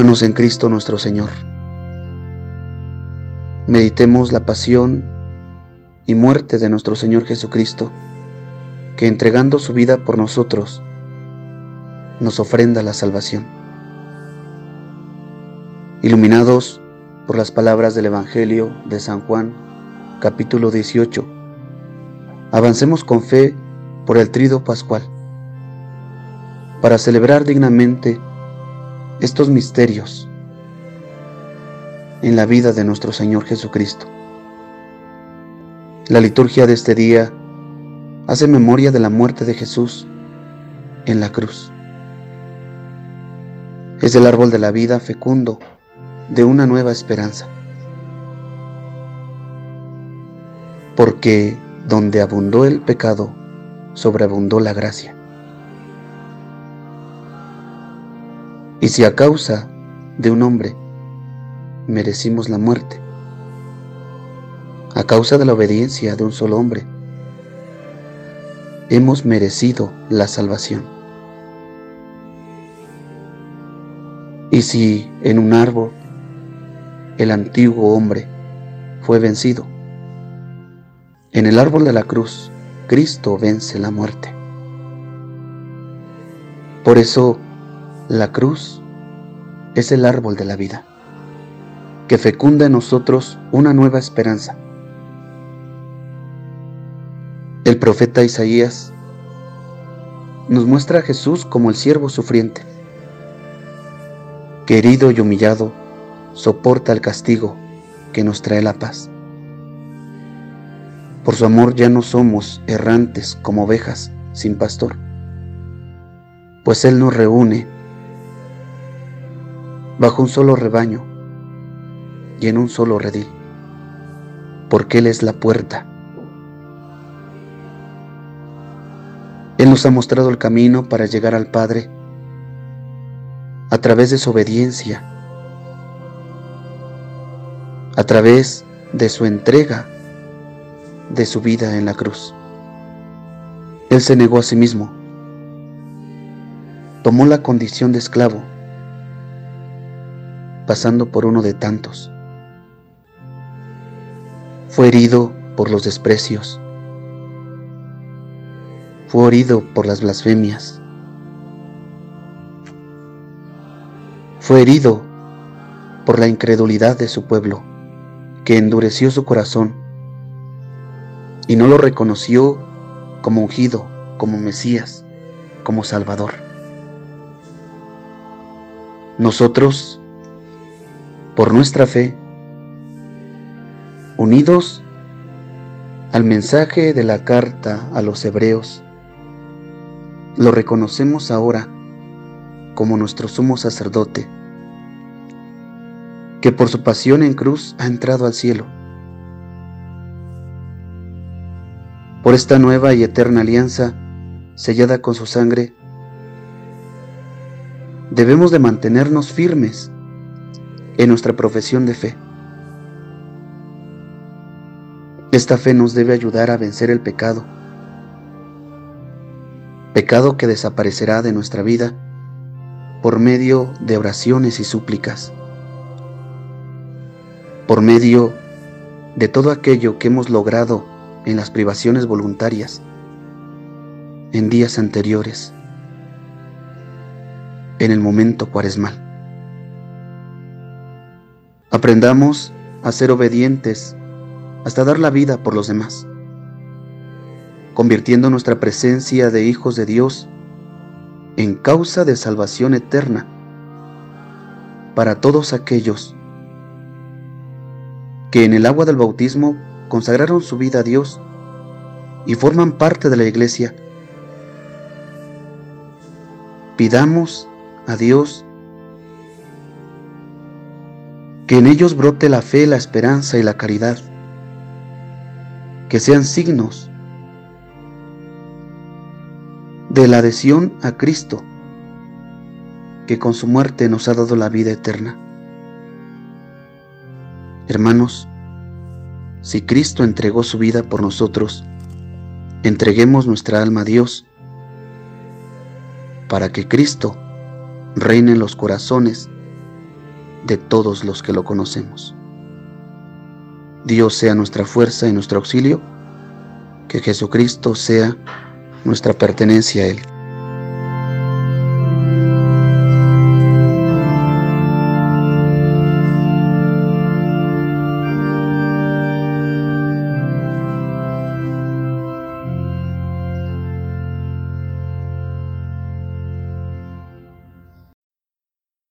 Hermanos en Cristo nuestro Señor, meditemos la pasión y muerte de nuestro Señor Jesucristo, que entregando su vida por nosotros, nos ofrenda la salvación. Iluminados por las palabras del Evangelio de San Juan, capítulo 18, avancemos con fe por el Tríodo Pascual, para celebrar dignamente estos misterios en la vida de nuestro Señor Jesucristo. La liturgia de este día hace memoria de la muerte de Jesús en la cruz. Es el árbol de la vida fecundo de una nueva esperanza, porque donde abundó el pecado, sobreabundó la gracia. Y si a causa de un hombre merecimos la muerte, a causa de la obediencia de un solo hombre, hemos merecido la salvación. Y si en un árbol el antiguo hombre fue vencido, en el árbol de la cruz Cristo vence la muerte. Por eso la cruz es el árbol de la vida, que fecunda en nosotros una nueva esperanza. El profeta Isaías nos muestra a Jesús como el siervo sufriente, que herido y humillado soporta el castigo que nos trae la paz. Por su amor ya no somos errantes como ovejas sin pastor, pues Él nos reúne bajo un solo rebaño y en un solo redil, porque Él es la puerta. Él nos ha mostrado el camino para llegar al Padre a través de su obediencia, a través de su entrega, de su vida en la cruz. Él se negó a sí mismo, tomó la condición de esclavo, pasando por uno de tantos. Fue herido por los desprecios, fue herido por las blasfemias, fue herido por la incredulidad de su pueblo, que endureció su corazón y no lo reconoció como ungido, como Mesías, como Salvador. Nosotros, por nuestra fe, unidos al mensaje de la carta a los hebreos, lo reconocemos ahora como nuestro sumo sacerdote, que por su pasión en cruz ha entrado al cielo. Por esta nueva y eterna alianza, sellada con su sangre, debemos de mantenernos firmes en nuestra profesión de fe. Esta fe nos debe ayudar a vencer el pecado, pecado que desaparecerá de nuestra vida por medio de oraciones y súplicas, por medio de todo aquello que hemos logrado en las privaciones voluntarias en días anteriores, en el momento cuaresmal. Aprendamos a ser obedientes hasta dar la vida por los demás, convirtiendo nuestra presencia de hijos de Dios en causa de salvación eterna para todos aquellos que en el agua del bautismo consagraron su vida a Dios y forman parte de la Iglesia. Pidamos a Dios que en ellos brote la fe, la esperanza y la caridad, que sean signos de la adhesión a Cristo, que con su muerte nos ha dado la vida eterna. Hermanos, si Cristo entregó su vida por nosotros, entreguemos nuestra alma a Dios, para que Cristo reine en los corazones de todos los que lo conocemos. Dios sea nuestra fuerza y nuestro auxilio, que Jesucristo sea nuestra pertenencia a Él.